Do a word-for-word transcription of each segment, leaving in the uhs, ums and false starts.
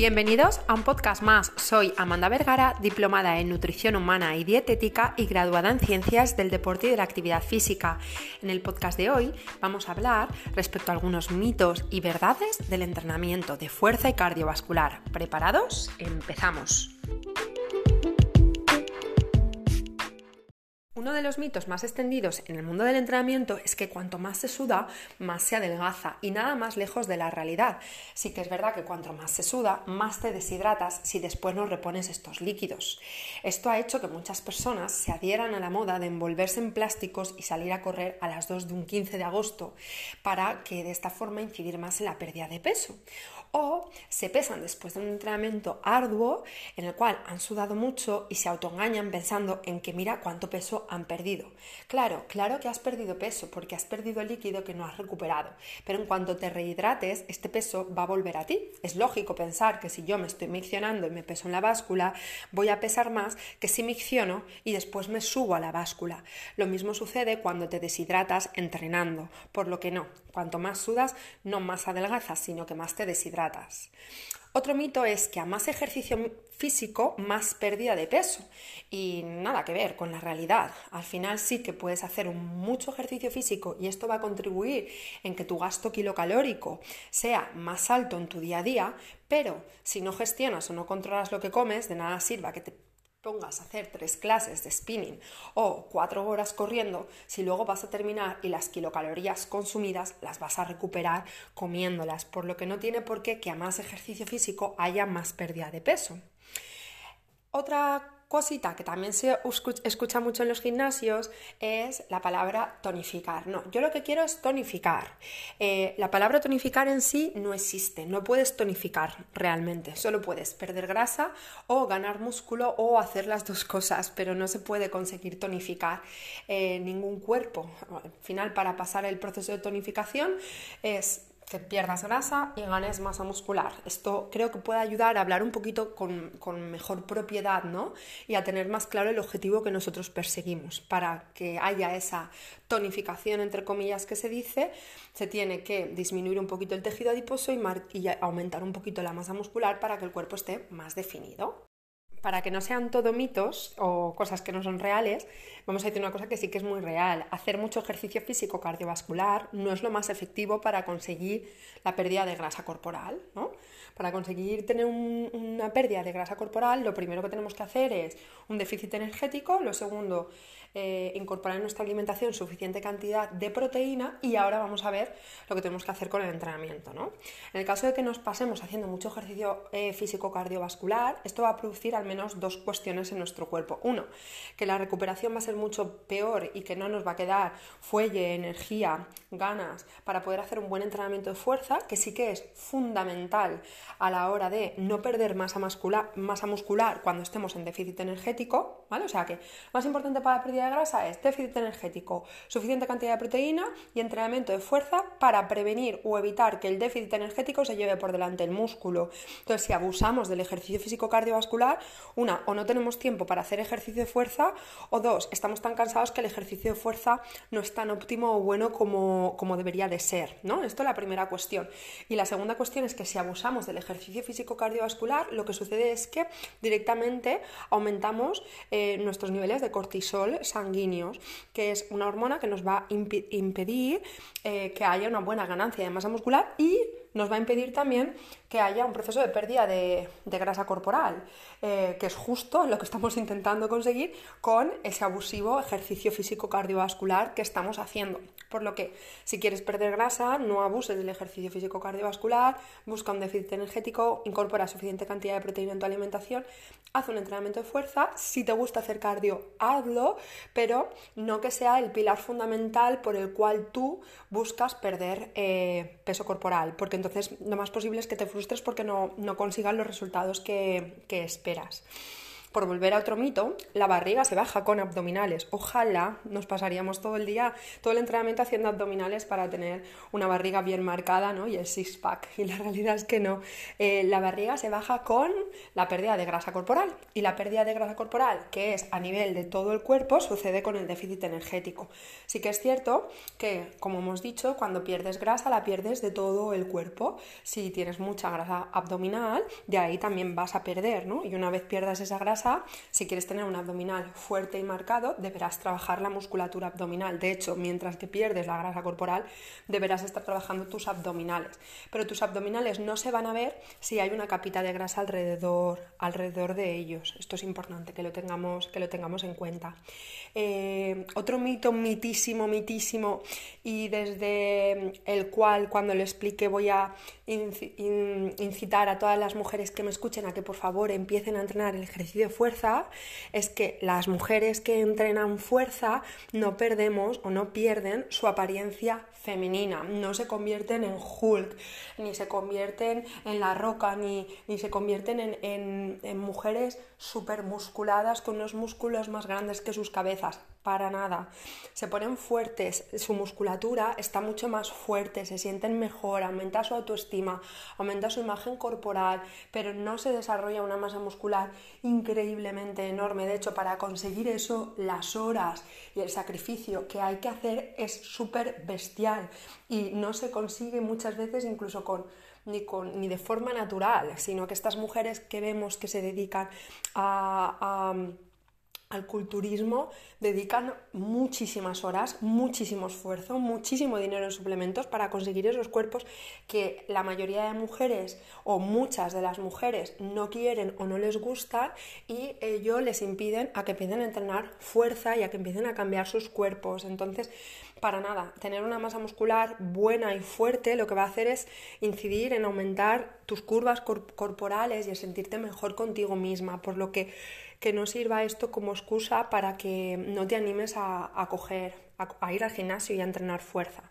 Bienvenidos a un podcast más. Soy Amanda Vergara, diplomada en nutrición humana y dietética y graduada en ciencias del deporte y de la actividad física. En el podcast de hoy vamos a hablar respecto a algunos mitos y verdades del entrenamiento de fuerza y cardiovascular. ¿Preparados? Empezamos. Uno de los mitos más extendidos en el mundo del entrenamiento es que cuanto más se suda, más se adelgaza, y nada más lejos de la realidad. Sí que es verdad que cuanto más se suda, más te deshidratas si después no repones estos líquidos. Esto ha hecho que muchas personas se adhieran a la moda de envolverse en plásticos y salir a correr a las dos de un quince de agosto para que de esta forma incidir más en la pérdida de peso. O se pesan después de un entrenamiento arduo en el cual han sudado mucho y se autoengañan pensando en que mira cuánto peso han perdido. Claro, claro que has perdido peso porque has perdido líquido que no has recuperado, pero en cuanto te rehidrates, este peso va a volver a ti. Es lógico pensar que si yo me estoy miccionando y me peso en la báscula, voy a pesar más que si micciono y después me subo a la báscula. Lo mismo sucede cuando te deshidratas entrenando, por lo que no, cuanto más sudas, no más adelgazas, sino que más te deshidratas. Otro mito es que a más ejercicio físico, más pérdida de peso, y nada que ver con la realidad. Al final sí que puedes hacer un mucho ejercicio físico y esto va a contribuir en que tu gasto kilocalórico sea más alto en tu día a día, pero si no gestionas o no controlas lo que comes, de nada sirva que te pongas a hacer tres clases de spinning o cuatro horas corriendo si luego vas a terminar y las kilocalorías consumidas las vas a recuperar comiéndolas, por lo que no tiene por qué que a más ejercicio físico haya más pérdida de peso. Otra cosita que también se escucha mucho en los gimnasios es la palabra tonificar. No, yo lo que quiero es tonificar. Eh, la palabra tonificar en sí no existe, no puedes tonificar realmente, solo puedes perder grasa o ganar músculo o hacer las dos cosas, pero no se puede conseguir tonificar eh, ningún cuerpo. Al final, para pasar el proceso de tonificación es que pierdas grasa y ganes masa muscular. Esto creo que puede ayudar a hablar un poquito con, con mejor propiedad, ¿no? Y a tener más claro el objetivo que nosotros perseguimos. Para que haya esa tonificación, entre comillas, que se dice, se tiene que disminuir un poquito el tejido adiposo y, mar- y aumentar un poquito la masa muscular para que el cuerpo esté más definido. Para que no sean todo mitos o cosas que no son reales, vamos a decir una cosa que sí que es muy real. Hacer mucho ejercicio físico cardiovascular no es lo más efectivo para conseguir la pérdida de grasa corporal, ¿no? Para conseguir tener un, una pérdida de grasa corporal, lo primero que tenemos que hacer es un déficit energético, lo segundo, eh, incorporar en nuestra alimentación suficiente cantidad de proteína, y ahora vamos a ver lo que tenemos que hacer con el entrenamiento, ¿no? En el caso de que nos pasemos haciendo mucho ejercicio eh, físico cardiovascular, esto va a producir al menos dos cuestiones en nuestro cuerpo. Uno, que la recuperación va a ser mucho peor y que no nos va a quedar fuelle, energía, ganas para poder hacer un buen entrenamiento de fuerza, que sí que es fundamental a la hora de no perder masa muscular, masa muscular cuando estemos en déficit energético, ¿vale? O sea que lo más importante para la pérdida de grasa es déficit energético, suficiente cantidad de proteína y entrenamiento de fuerza para prevenir o evitar que el déficit energético se lleve por delante el músculo. Entonces, si abusamos del ejercicio físico cardiovascular, una, o no tenemos tiempo para hacer ejercicio de fuerza, o dos, estamos tan cansados que el ejercicio de fuerza no es tan óptimo o bueno como, como debería de ser, ¿no? Esto es la primera cuestión. Y la segunda cuestión es que si abusamos del ejercicio físico cardiovascular, lo que sucede es que directamente aumentamos eh, nuestros niveles de cortisol sanguíneos, que es una hormona que nos va a imp- impedir eh, que haya una buena ganancia de masa muscular y nos va a impedir también que haya un proceso de pérdida de, de grasa corporal, eh, que es justo lo que estamos intentando conseguir con ese abusivo ejercicio físico cardiovascular que estamos haciendo. Por lo que, si quieres perder grasa, no abuses del ejercicio físico cardiovascular, busca un déficit energético, incorpora suficiente cantidad de proteína en tu alimentación, haz un entrenamiento de fuerza. Si te gusta hacer cardio, hazlo, pero no que sea el pilar fundamental por el cual tú buscas perder eh, peso corporal, porque entonces lo más posible es que te frustres porque no, no consigas los resultados que, que esperas. Por volver a otro mito, la barriga se baja con abdominales. Ojalá nos pasaríamos todo el día, todo el entrenamiento haciendo abdominales para tener una barriga bien marcada, ¿no? Y el six-pack. Y la realidad es que no. Eh, la barriga se baja con la pérdida de grasa corporal. Y la pérdida de grasa corporal, que es a nivel de todo el cuerpo, sucede con el déficit energético. Sí que es cierto que, como hemos dicho, cuando pierdes grasa, la pierdes de todo el cuerpo. Si tienes mucha grasa abdominal, de ahí también vas a perder, ¿no? Y una vez pierdas esa grasa, si quieres tener un abdominal fuerte y marcado, deberás trabajar la musculatura abdominal. De hecho, mientras que pierdes la grasa corporal, deberás estar trabajando tus abdominales. Pero tus abdominales no se van a ver si hay una capita de grasa alrededor, alrededor de ellos. Esto es importante que lo tengamos, que lo tengamos en cuenta. Eh, otro mito mitísimo, mitísimo, y desde el cual cuando lo explique voy a incitar a todas las mujeres que me escuchen a que por favor empiecen a entrenar el ejercicio de fuerza, es que las mujeres que entrenan fuerza no perdemos o no pierden su apariencia femenina, no se convierten en Hulk, ni se convierten en La Roca, ni, ni se convierten en, en, en mujeres súper musculadas con unos músculos más grandes que sus cabezas, para nada. Se ponen fuertes, su musculatura está mucho más fuerte, se sienten mejor, aumenta su autoestima, aumenta su imagen corporal, pero no se desarrolla una masa muscular increíblemente enorme. De hecho, para conseguir eso, las horas y el sacrificio que hay que hacer es súper bestial y no se consigue muchas veces incluso con Ni, con, ni de forma natural, sino que estas mujeres que vemos que se dedican a, a, al culturismo dedican muchísimas horas, muchísimo esfuerzo, muchísimo dinero en suplementos para conseguir esos cuerpos que la mayoría de mujeres o muchas de las mujeres no quieren o no les gustan, y ello les impiden a que empiecen a entrenar fuerza y a que empiecen a cambiar sus cuerpos. Entonces, para nada, tener una masa muscular buena y fuerte lo que va a hacer es incidir en aumentar tus curvas cor- corporales y en sentirte mejor contigo misma, por lo que que no sirva esto como excusa para que no te animes a, a coger, a, a ir al gimnasio y a entrenar fuerza.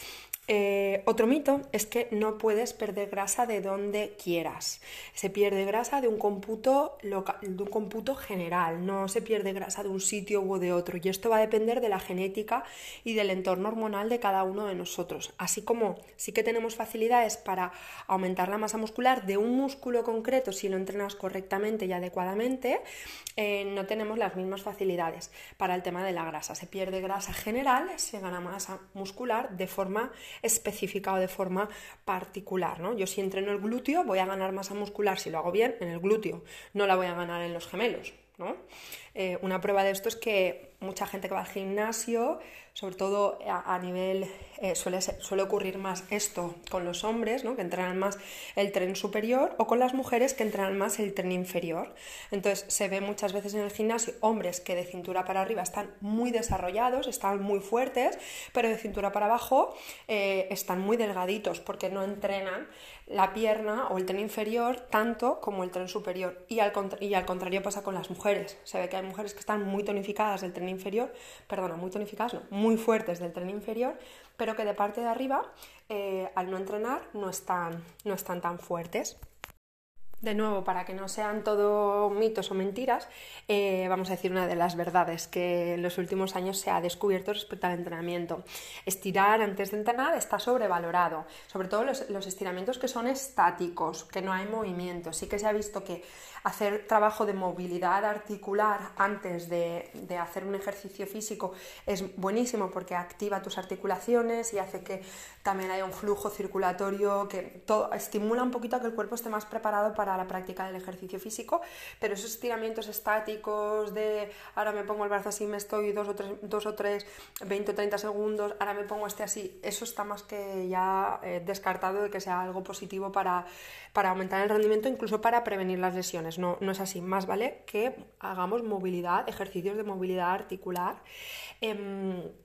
Eh, otro mito es que no puedes perder grasa de donde quieras. Se pierde grasa de un cómputo local, de un cómputo general, no se pierde grasa de un sitio u de otro, y esto va a depender de la genética y del entorno hormonal de cada uno de nosotros. Así como sí que tenemos facilidades para aumentar la masa muscular de un músculo concreto si lo entrenas correctamente y adecuadamente, eh, no tenemos las mismas facilidades para el tema de la grasa. Se pierde grasa general, se gana masa muscular de forma específica o de forma particular, ¿no? Yo si entreno el glúteo voy a ganar masa muscular, si lo hago bien, en el glúteo, no la voy a ganar en los gemelos, ¿no? Eh, una prueba de esto es que mucha gente que va al gimnasio, sobre todo a, a nivel, eh, suele, ser, suele ocurrir más esto con los hombres, ¿no? Que entrenan más el tren superior, o con las mujeres que entrenan más el tren inferior. Entonces se ve muchas veces en el gimnasio hombres que de cintura para arriba están muy desarrollados, están muy fuertes, pero de cintura para abajo eh, están muy delgaditos porque no entrenan la pierna o el tren inferior tanto como el tren superior. Y al, contra- y al contrario pasa con las mujeres. Se ve que hay mujeres que están muy tonificadas del tren inferior, perdona, muy tonificadas, no, muy fuertes del tren inferior, pero que de parte de arriba, eh, al no entrenar, no están, no están tan fuertes. De nuevo, para que no sean todo mitos o mentiras, eh, vamos a decir una de las verdades que en los últimos años se ha descubierto respecto al entrenamiento. Estirar antes de entrenar está sobrevalorado, sobre todo los, los estiramientos que son estáticos, que no hay movimiento. Sí que se ha visto que hacer trabajo de movilidad articular antes de, de hacer un ejercicio físico es buenísimo porque activa tus articulaciones y hace que también haya un flujo circulatorio, que todo, estimula un poquito a que el cuerpo esté más preparado para la práctica del ejercicio físico, pero esos estiramientos estáticos de ahora me pongo el brazo así, me estoy dos o tres, dos o tres veinte o treinta segundos, ahora me pongo este así, eso está más que ya eh, descartado de que sea algo positivo para, para aumentar el rendimiento, incluso para prevenir las lesiones. No, no es así, más vale que hagamos movilidad, ejercicios de movilidad articular. Eh,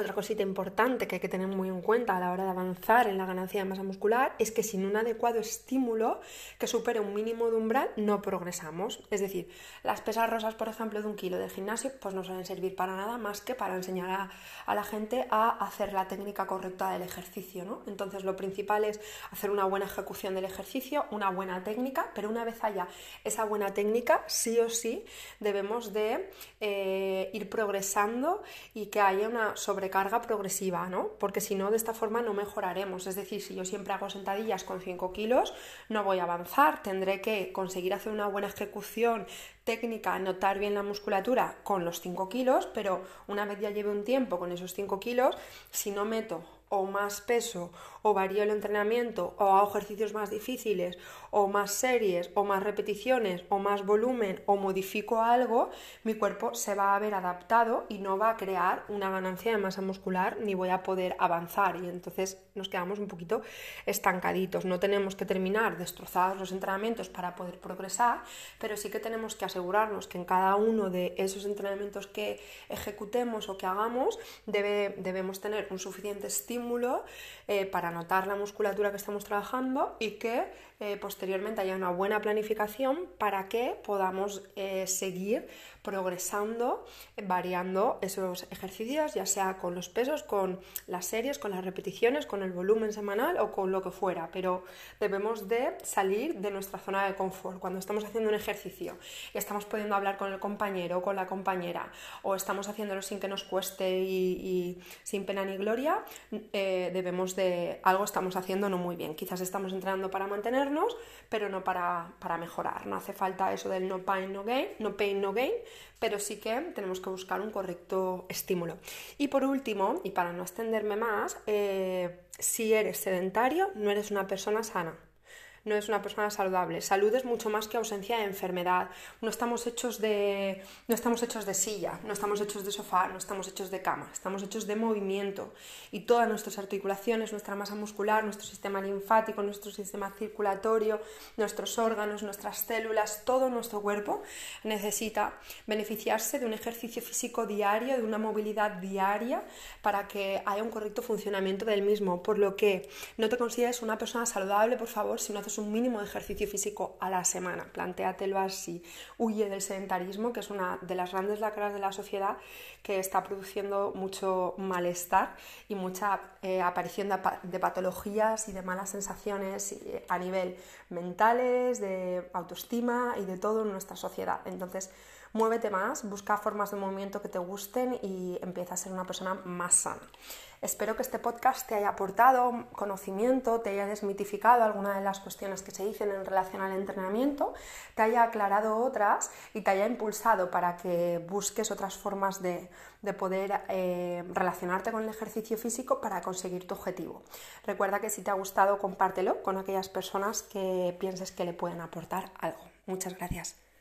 Otra cosita importante que hay que tener muy en cuenta a la hora de avanzar en la ganancia de masa muscular es que sin un adecuado estímulo que supere un mínimo de umbral no progresamos. Es decir, las pesas rosas, por ejemplo, de un kilo del gimnasio, pues no suelen servir para nada más que para enseñar a, a la gente a hacer la técnica correcta del ejercicio, ¿no? Entonces lo principal es hacer una buena ejecución del ejercicio, una buena técnica, pero una vez haya esa buena técnica, sí o sí debemos de eh, ir progresando y que haya una sobre sobrecarga progresiva, ¿no? Porque si no, de esta forma no mejoraremos. Es decir, si yo siempre hago sentadillas con cinco kilos, no voy a avanzar. Tendré que conseguir hacer una buena ejecución técnica, notar bien la musculatura con los cinco kilos, pero una vez ya lleve un tiempo con esos cinco kilos, si no meto o más peso, o varío el entrenamiento, o hago ejercicios más difíciles, o más series, o más repeticiones, o más volumen, o modifico algo, mi cuerpo se va a ver adaptado y no va a crear una ganancia de masa muscular, ni voy a poder avanzar, y entonces nos quedamos un poquito estancaditos. No tenemos que terminar destrozados los entrenamientos para poder progresar, pero sí que tenemos que asegurarnos que en cada uno de esos entrenamientos que ejecutemos o que hagamos debe, debemos tener un suficiente estímulo Eh, para notar la musculatura que estamos trabajando y que eh, posteriormente haya una buena planificación para que podamos eh, seguir progresando, eh, variando esos ejercicios, ya sea con los pesos, con las series, con las repeticiones, con el volumen semanal o con lo que fuera, pero debemos de salir de nuestra zona de confort. Cuando estamos haciendo un ejercicio y estamos pudiendo hablar con el compañero o con la compañera, o estamos haciéndolo sin que nos cueste y, y sin pena ni gloria, eh, debemos de... algo estamos haciendo no muy bien. Quizás estamos entrenando para mantenernos, pero no para, para mejorar. No hace falta eso del no pain, no gain, no pain, no gain, pero sí que tenemos que buscar un correcto estímulo. Y por último, y para no extenderme más, eh, si eres sedentario, no eres una persona sana. No es una persona saludable. Salud es mucho más que ausencia de enfermedad. No estamos hechos de, no estamos hechos de silla, no estamos hechos de sofá, no estamos hechos de cama, estamos hechos de movimiento. Y todas nuestras articulaciones, nuestra masa muscular, nuestro sistema linfático, nuestro sistema circulatorio, nuestros órganos, nuestras células, todo nuestro cuerpo necesita beneficiarse de un ejercicio físico diario, de una movilidad diaria, para que haya un correcto funcionamiento del mismo. Por lo que no te consideres una persona saludable, por favor, si no haces un mínimo de ejercicio físico a la semana. Plantéatelo así. Huye del sedentarismo, que es una de las grandes lacras de la sociedad que está produciendo mucho malestar y mucha eh, aparición de, de patologías y de malas sensaciones y, a nivel mentales, de autoestima y de todo en nuestra sociedad. Entonces, muévete más, busca formas de movimiento que te gusten y empieza a ser una persona más sana. Espero que este podcast te haya aportado conocimiento, te haya desmitificado algunas de las cuestiones que se dicen en relación al entrenamiento, te haya aclarado otras y te haya impulsado para que busques otras formas de, de poder eh, relacionarte con el ejercicio físico para conseguir tu objetivo. Recuerda que si te ha gustado, compártelo con aquellas personas que pienses que le pueden aportar algo. Muchas gracias.